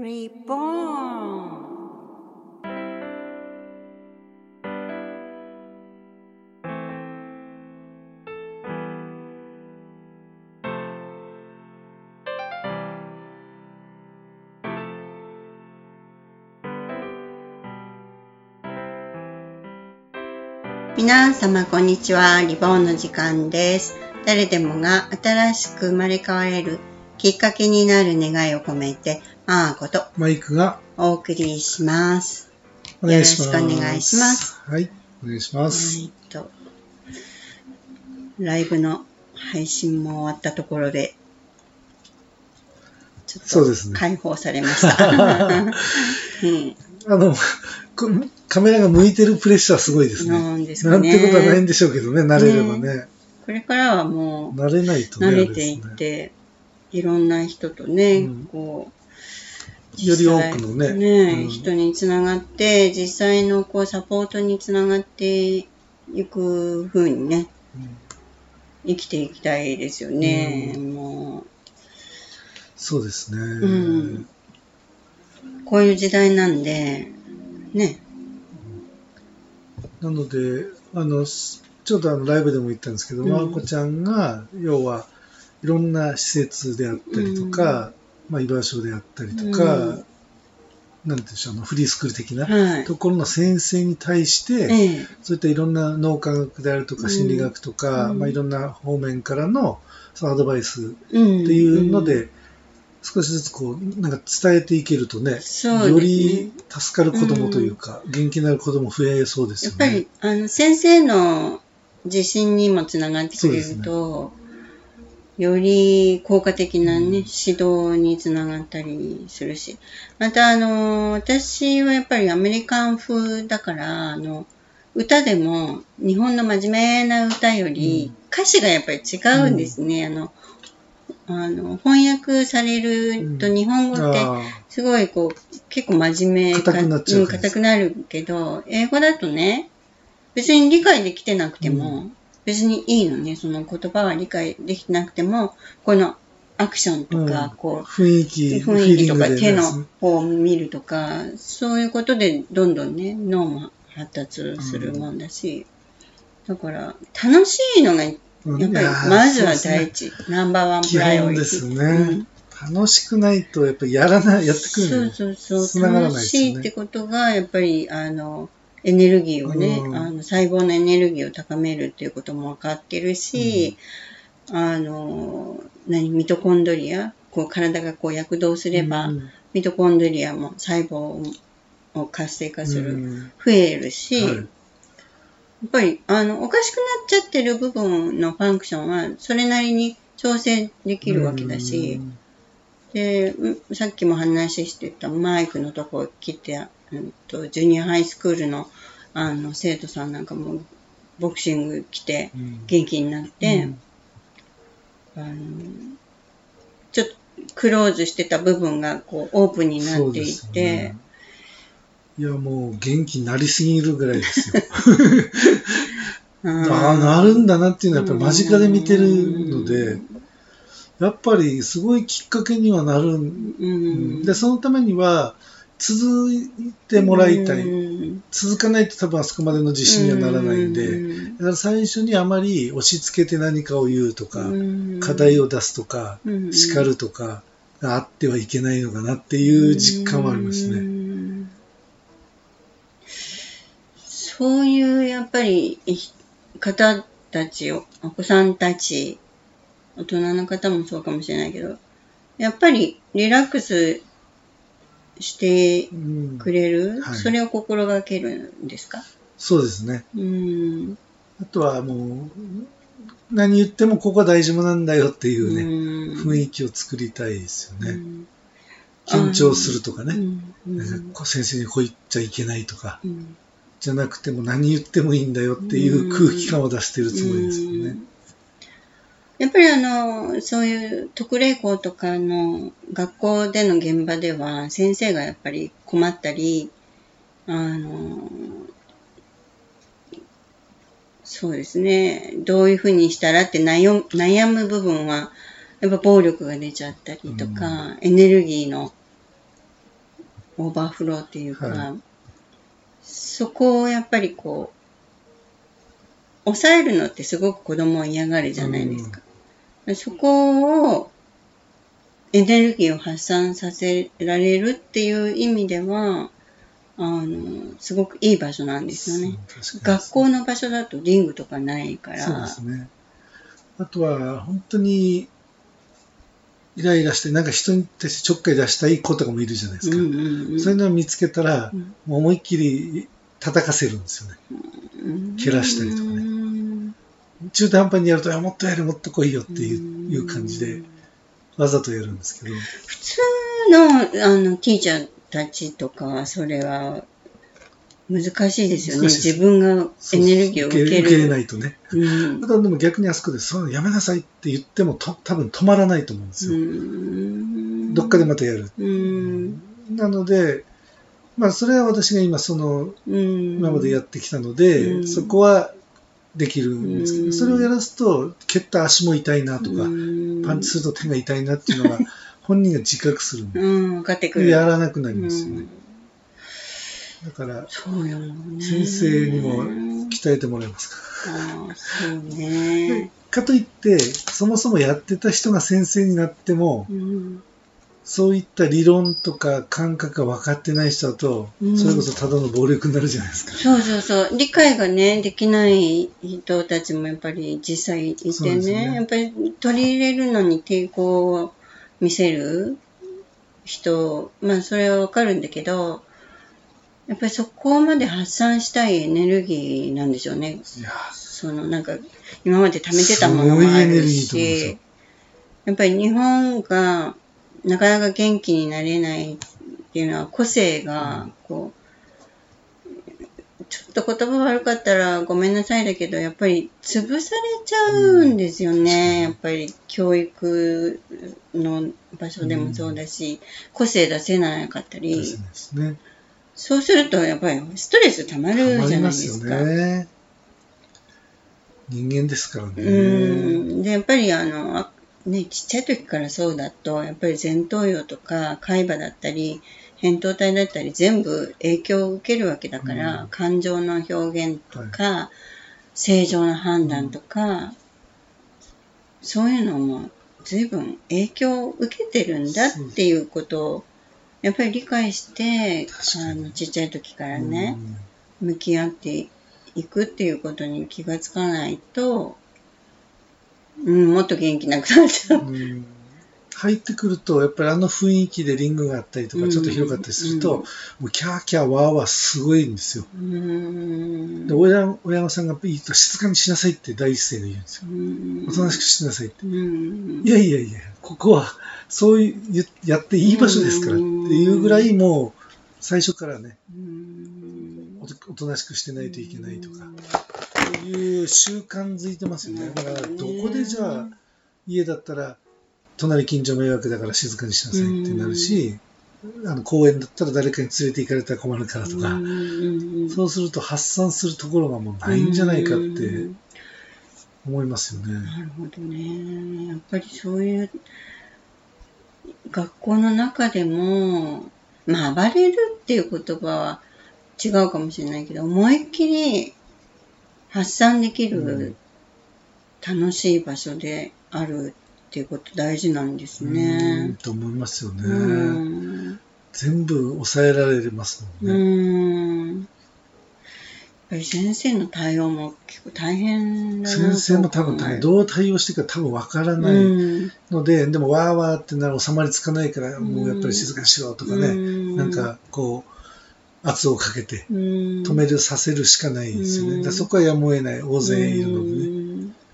Reborn。皆様こんにちは。リボーンの時間です。誰でもが新しく生まれ変われるきっかけになる願いを込めて、マーことマイクがお送りします。 お願いします。 よろしくお願いします。 はい、お願いします。 ライブの配信も終わったところで、ちょっと解放されました。 カメラが向いてるプレッシャーすごいですね。なんてことはないんでしょうけどね、慣れればね。 これからはもう慣れないとね、 慣れていって、いろんな人とね、こうより多くのね、 人につながって、実際のこうサポートにつながっていく風にね、生きていきたいですよね。もうそうですね。 こういう時代なんでね。 なのでちょうどライブでも言ったんですけど、まこちゃんが要はいろんな施設であったりとか、居場所であったりとか、なんていうんでしょう、フリースクール的なところの先生に対して、そういったいろんな脳科学であるとか心理学とか、いろんな方面からのそのアドバイスっていうので、少しずつこうなんか伝えていけるとね、より助かる子供というか、元気になる子供増えそうですよね。 やっぱり先生の自信にもつながってくれると、より効果的なね、指導につながったりするし、また私はやっぱりアメリカン風だから、歌でも日本の真面目な歌より歌詞がやっぱり違うんですね。翻訳されると日本語ってすごいこう結構真面目硬くなるけど、英語だとね、別に理解できてなくても別にいいのね。その言葉は理解できてなくても、このアクションとか、こう雰囲気とか手の方を見るとか、そういうことでどんどんね脳も発達するもんだし、だから楽しいのがやっぱりまずは第一、ナンバーワンプライオリティですね。楽しくないとやっぱりやってくるのに楽しいってことがやっぱりエネルギーをね、細胞のエネルギーを高めるっていうことも分かってるし、ミトコンドリア、こう体がこう躍動すれば、ミトコンドリアも細胞を活性化する、増えるし、やっぱりおかしくなっちゃってる部分のファンクションはそれなりに調整できるわけだし、でさっきも話してたマイクのとこ来て、ジュニアハイスクールの生徒さんなんかもボクシング来て元気になって、ちょっとクローズしてた部分がこうオープンになっていって、 いやもう元気になりすぎるぐらいですよ。なるんだなっていうのはやっぱり間近で見てるので、やっぱりすごいきっかけにはなるで、そのためには続いてもらいたい。続かないと多分あそこまでの自信にはならないんで、だから最初にあまり押し付けて何かを言うとか、課題を出すとか、叱るとかがあってはいけないのかなっていう実感はありますね。 そういうやっぱり方たちを、お子さんたち、大人の方もそうかもしれないけど、やっぱりリラックスしてくれる、それを心がけるんですか？ そうですね。あとはもう何言ってもここは大丈夫なんだよっていうね、雰囲気を作りたいですよね。緊張するとかね、先生にこう言っちゃいけないとか、じゃなくても何言ってもいいんだよっていう空気感を出してるつもりですよね。 やっぱりそういう特例校とかの学校での現場では先生がやっぱり困ったり、そうですね、どういうふうにしたらって悩む部分はやっぱ暴力が出ちゃったりとか、エネルギーのオーバーフローっていうか、 はい、 そこをやっぱりこう、抑えるのってすごく子供は嫌がるじゃないですか。そこをエネルギーを発散させられるっていう意味では、すごくいい場所なんですよね。学校の場所だとリングとかないから。 そうですね。あとは、本当に、イライラして、なんか人に対してちょっかい出したい子とかもいるじゃないですか。そういうのを見つけたら、もう思いっきり叩かせるんですよね。蹴らしたりとかね。中途半端にやると、もっとやれ、もっと来いよっていう感じで、わざとやるんですけど。 普通の、ティーチャーたちとかは、それは、難しいですよね。自分がエネルギーを受けれないとね。あとはでも逆にあそこで、そういうのやめなさいって言っても多分止まらないと思うんですよ。どっかでまたやる。なので、まあそれは私が今今までやってきたので、そこはできるんですけど、それをやらすと、蹴った足も痛いなとか、パンチすると手が痛いなっていうのが本人が自覚するんで、 分かってくる。 やらなくなりますよね。だから、先生にも鍛えてもらえますか。 そうね。 かといって、そもそもやってた人が先生になっても、そういった理論とか感覚が分かってない人だと、それこそただの暴力になるじゃないですか。 そう。理解がね、できない人たちもやっぱり実際いてね、やっぱり取り入れるのに抵抗を見せる人、まあそれはわかるんだけど、やっぱりそこまで発散したいエネルギーなんでしょうね。なんか、今まで貯めてたものもあるし、やっぱり日本がなかなか元気になれないっていうのは個性が、こう、ちょっと言葉悪かったらごめんなさいだけど、やっぱり潰されちゃうんですよね。やっぱり教育の場所でもそうだし、個性出せなかったり。そうすると、やっぱりストレス溜まるじゃないですか。 ますよね。人間ですからね。 で、やっぱりね、ちっちゃい時からそうだと、やっぱり前頭葉とか海馬だったり、扁桃体だったり、全部影響を受けるわけだから、感情の表現とか、正常な判断とか、そういうのも随分影響を受けてるんだっていうことを、やっぱり理解して、ちっちゃい時からね、向き合っていくっていうことに気がつかないと、もっと元気なくなっちゃう。 入ってくると、やっぱり雰囲気でリングがあったりとか、ちょっと広かったりすると、もうキャーキャーワーワーすごいんですよ。で、親御さんがいいと静かにしなさいって第一声で言うんですよ。おとなしくしなさいって。いや、ここはそうやっていい場所ですからっていうぐらいもう最初からね、おとなしくしてないといけないとか、そういう習慣づいてますよね。だからどこでじゃあ家だったら隣近所迷惑だから静かにしなさいってなるし、公園だったら誰かに連れて行かれたら困るからとか、そうすると発散するところがもうないんじゃないかって思いますよね。 なるほどね。やっぱりそういう学校の中でも、まあ暴れるっていう言葉は違うかもしれないけど、思いっきり発散できる楽しい場所であるっていうこと大事なんですね。 と思いますよね。全部抑えられますもんね。 やっぱり先生の対応も結構大変だな。 先生も多分どう対応していいか多分わからないので、でもわーわーってなら収まりつかないから、もうやっぱり静かにしろとかね、なんかこう、圧をかけて止させるしかないですよね。だそこはやむを得ない、大勢いるのでね。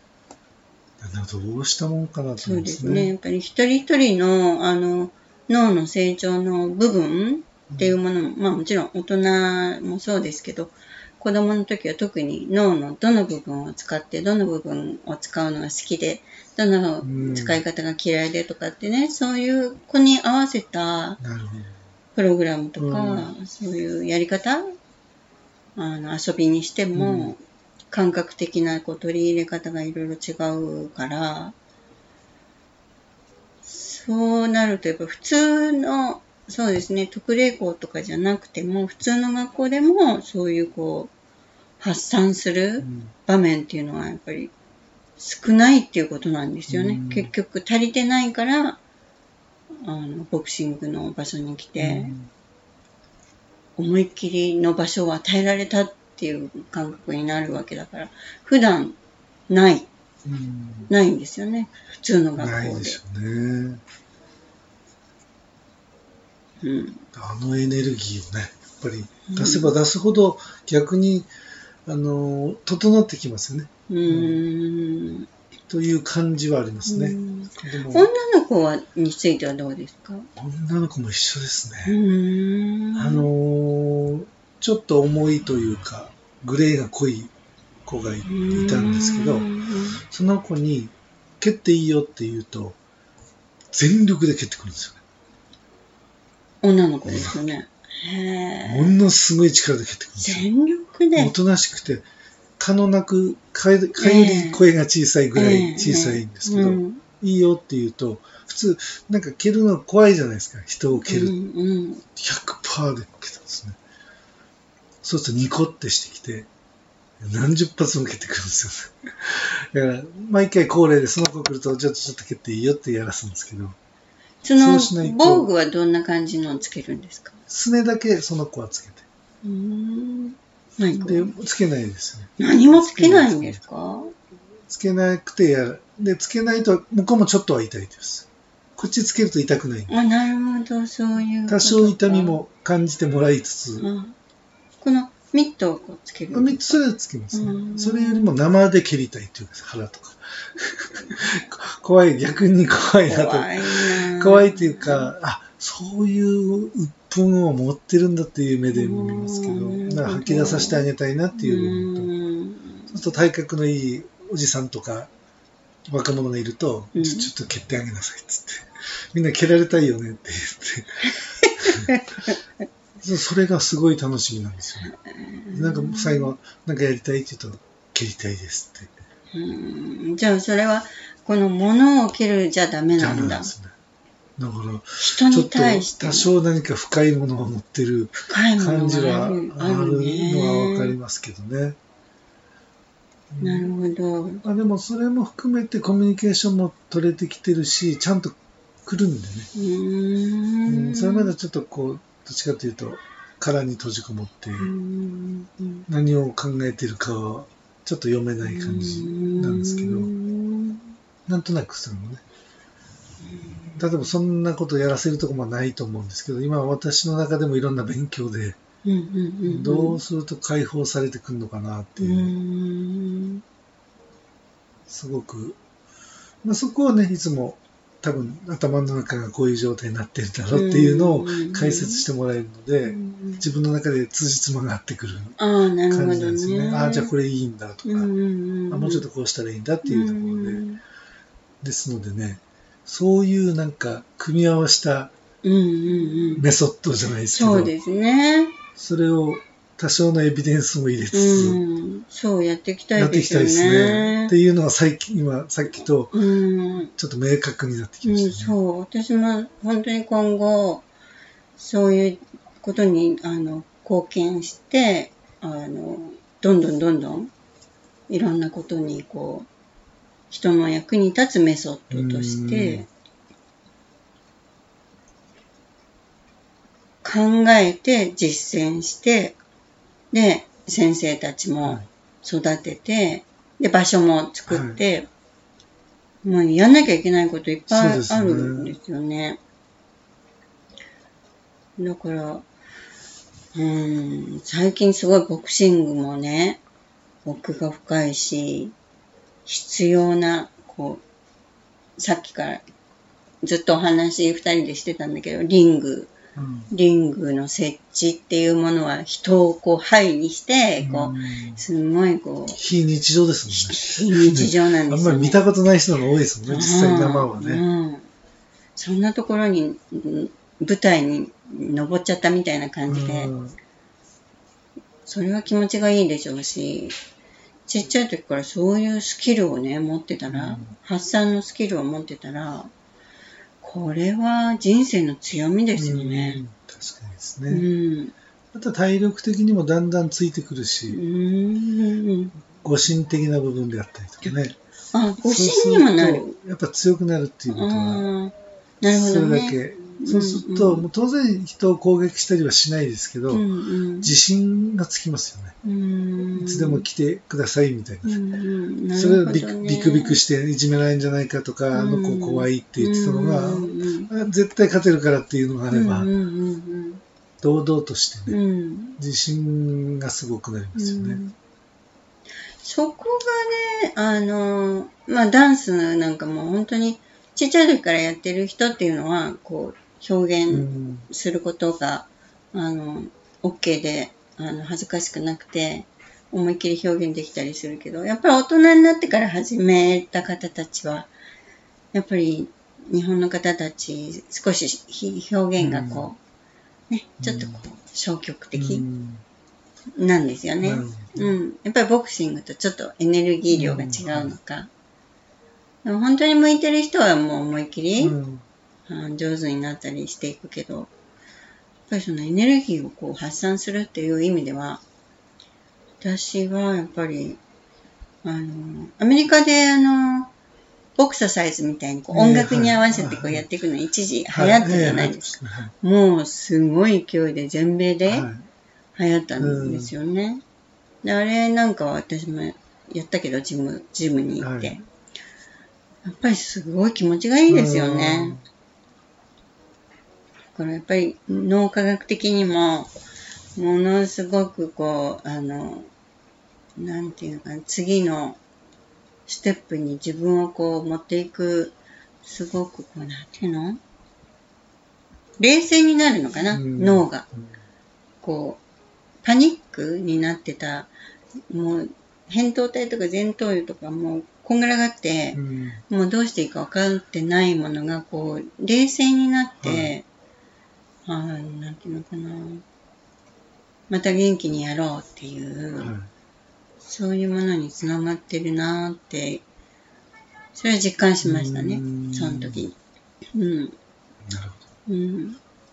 どうしたもんかなと思いますね。そうですね。 やっぱり一人一人の脳の成長の部分っていうものも、まあもちろん大人もそうですけど、子供の時は特に脳のどの部分を使って、どの部分を使うのが好きで、どの使い方が嫌いでとかってね、そういう子に合わせたプログラムとか、そういうやり方、遊びにしても、感覚的な取り入れ方がいろいろ違うから、そうなるとやっぱ普通のそうですね、特例校とかじゃなくても、普通の学校でも、そういうこう、発散する場面っていうのはやっぱり少ないっていうことなんですよね。結局足りてないから、ボクシングの場所に来て、思いっきりの場所を与えられたっていう感覚になるわけだから、普段ない。ないんですよね。普通の学校で。 ないでしょうね。 うん、 あのエネルギーをね、やっぱり出せば出すほど逆に、整ってきますよね。という感じはありますね。 女の子についてはどうですか？ 女の子も一緒ですね。ちょっと重いというか、グレーが濃い子がいたんですけど、その子に蹴っていいよって言うと、全力で蹴ってくるんですよね。 女の子ですよね。 ものすごい力で蹴ってくるんですよ。 全力で。 おとなしくて、蚊の鳴く、蚊より声が小さいぐらい小さいんですけど、いいよって言うと、普通、なんか蹴るの怖いじゃないですか、人を蹴る。100% で蹴ったんですね。そうするとニコってしてきて、何十発も蹴ってくるんですよね。だから、毎回恒例でその子来ると、ちょっと蹴っていいよってやらすんですけど。 その防具はどんな感じのをつけるんですか？ すねだけその子はつけて。で、つけないですね。 何もつけないんですか？ つけなくてやる。で、つけないと、向こうもちょっとは痛いです。こっちつけると痛くない。 なるほど、そういうことか。 多少痛みも感じてもらいつつ。 このミットをこうつける。 それはつけますね。それよりも生で蹴りたいというか、腹とか。怖い、逆に怖いなと。怖いというか、あ、そういう鬱憤を持ってるんだっていう目で見ますけど、吐き出させてあげたいなっていう部分と、そうすると体格のいいおじさんとか若者がいると、ちょっと蹴ってあげなさいっつって、みんな蹴られたいよねって言って、それがすごい楽しみなんですよね。なんか最後、なんかやりたいって言うと、蹴りたいですって。 じゃあそれは、この物を蹴るじゃダメなんだ。ダメなんですね。 だから、 人に対して多少何か深いものを持ってる感じはあるのはわかりますけどね。 なるほど。 でもそれも含めてコミュニケーションも取れてきてるし、ちゃんと来るんでね。それまでちょっとこう、どっちかというと、殻に閉じこもって、何を考えてるかはちょっと読めない感じなんですけど、なんとなくそれもね。例えばそんなことやらせるとこもないと思うんですけど、今私の中でもいろんな勉強で、どうすると解放されてくるのかなっていう。すごく、そこをね、いつも多分頭の中がこういう状態になってるだろうっていうのを解説してもらえるので、自分の中で辻褄が合ってくる感じなんですね。じゃあこれいいんだとか、もうちょっとこうしたらいいんだっていうところで。ですのでね、そういうなんか組み合わせたメソッドじゃないですけど、 そうですね。 それを多少のエビデンスも入れつつ、 そうやっていきたいですよね。やっていきたいですね。 っていうのがさっきとちょっと明確になってきましたね。 そう、私も本当に今後そういうことに貢献して、どんどんいろんなことにこう人の役に立つメソッドとして考えて実践して、で先生たちも育てて、で場所も作って、もうやんなきゃいけないこといっぱいあるんですよね。だから最近すごいボクシングもね、奥が深いし、必要な、こう、さっきからずっとお話二人でしてたんだけど、リングの設置っていうものは人をこう、ハイにして、こう、すごいこう、 非日常ですもんね。非日常なんですよね。 あんまり見たことない人が多いですもんね、実際生はね。 そんなところに、舞台に登っちゃったみたいな感じで、それは気持ちがいいでしょうし、ちっちゃい時からそういうスキルをね、持ってたら、発散のスキルを持ってたら、 これは人生の強みですよね。 確かにですね。あと体力的にもだんだんついてくるし、護身的な部分であったりとかね。 護身にもなる。 やっぱ強くなるっていうことは、 なるほどね、 それだけ。そうすると、もう当然人を攻撃したりはしないですけど、自信がつきますよね。いつでも来てくださいみたいな。それをビクビクしていじめられるんじゃないかとか、あの子怖いって言ってたのが、絶対勝てるからっていうのがあれば、堂々としてね、自信がすごくなりますよね。 そこがね、ダンスなんかも本当にちっちゃい時からやってる人っていうのは、こう、表現することが、OK で、恥ずかしくなくて、思いっきり表現できたりするけど、やっぱり大人になってから始めた方たちは、やっぱり日本の方たち、少し表現がこう、ね、ちょっとこう、消極的なんですよね。やっぱりボクシングとちょっとエネルギー量が違うのか。でも本当に向いてる人はもう思いっきり、上手になったりしていくけど、やっぱりそのエネルギーをこう発散するっていう意味では、私はやっぱり、アメリカでボクササイズみたいにこう音楽に合わせてこうやっていくの一時流行ったじゃないですか。もうすごい勢いで全米で流行ったんですよね。であれなんかは私もやったけど、ジムに行って。やっぱりすごい気持ちがいいですよね。だからやっぱり脳科学的にも、ものすごくこう、なんていうのかな、次のステップに自分をこう持っていく、すごくこう、なんていうの？冷静になるのかな、脳が。こう、パニックになってた、もう、扁桃体とか前頭葉とかもうこんがらがって、もうどうしていいか分かってないものがこう冷静になって、なんていうのかな、また元気にやろうっていう、そういうものにつながってるなーって、それは実感しましたね、その時に。 なるほ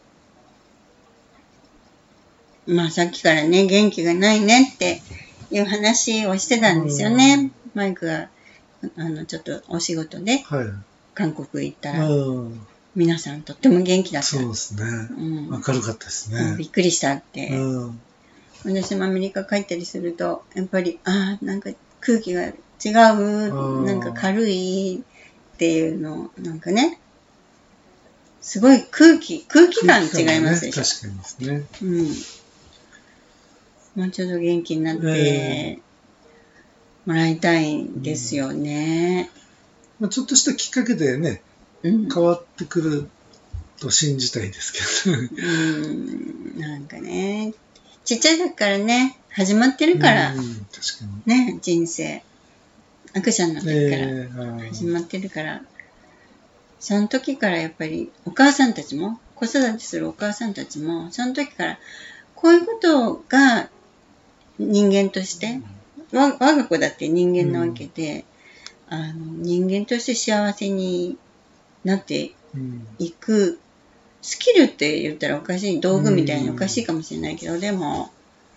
ど。まあさっきからね、元気がないねっていう話をしてたんですよね。マイクがちょっとお仕事で韓国行ったら、皆さんとっても元気だった。 そうですね。明るかったですね。 びっくりしたって。私もアメリカ帰ったりすると、やっぱり、なんか空気が違う、なんか軽いっていうの、なんかね、すごい空気感違いますでしょ。 確かにですね。 もうちょっと元気になってもらいたいんですよね。 ちょっとしたきっかけでね、変わってくると信じたいですけど。 なんかね、ちっちゃい時からね、始まってるから、ね、人生。赤ちゃんの時から始まってるから、その時からやっぱりお母さんたちも、子育てするお母さんたちも、その時からこういうことが人間として、我が子だって人間なわけで、人間として幸せになっていく、スキルって言ったらおかしい、道具みたいにおかしいかもしれないけど、でも、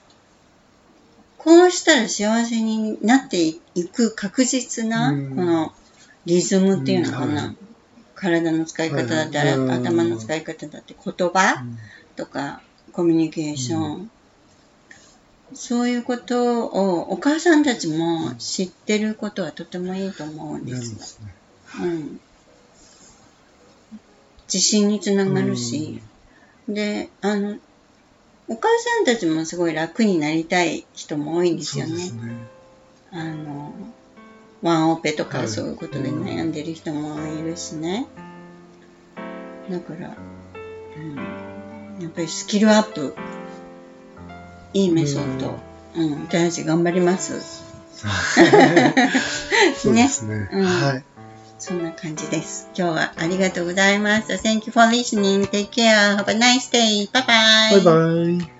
こうしたら幸せになっていく確実な、このリズムっていうのかな。体の使い方だって、頭の使い方だって、言葉とか、コミュニケーション。そういうことをお母さんたちも知ってることはとてもいいと思うんですよ。自信につながるし、で、お母さんたちもすごい楽になりたい人も多いんですよね。ワンオペとかそういうことで悩んでる人もいるしね。だから、やっぱりスキルアップ、いいメソッド、私たち頑張ります。 そうですね。はい。 そんな感じです。今日はありがとうございました。Thank you for listening. Take care. Have a nice day. Bye bye. Bye bye.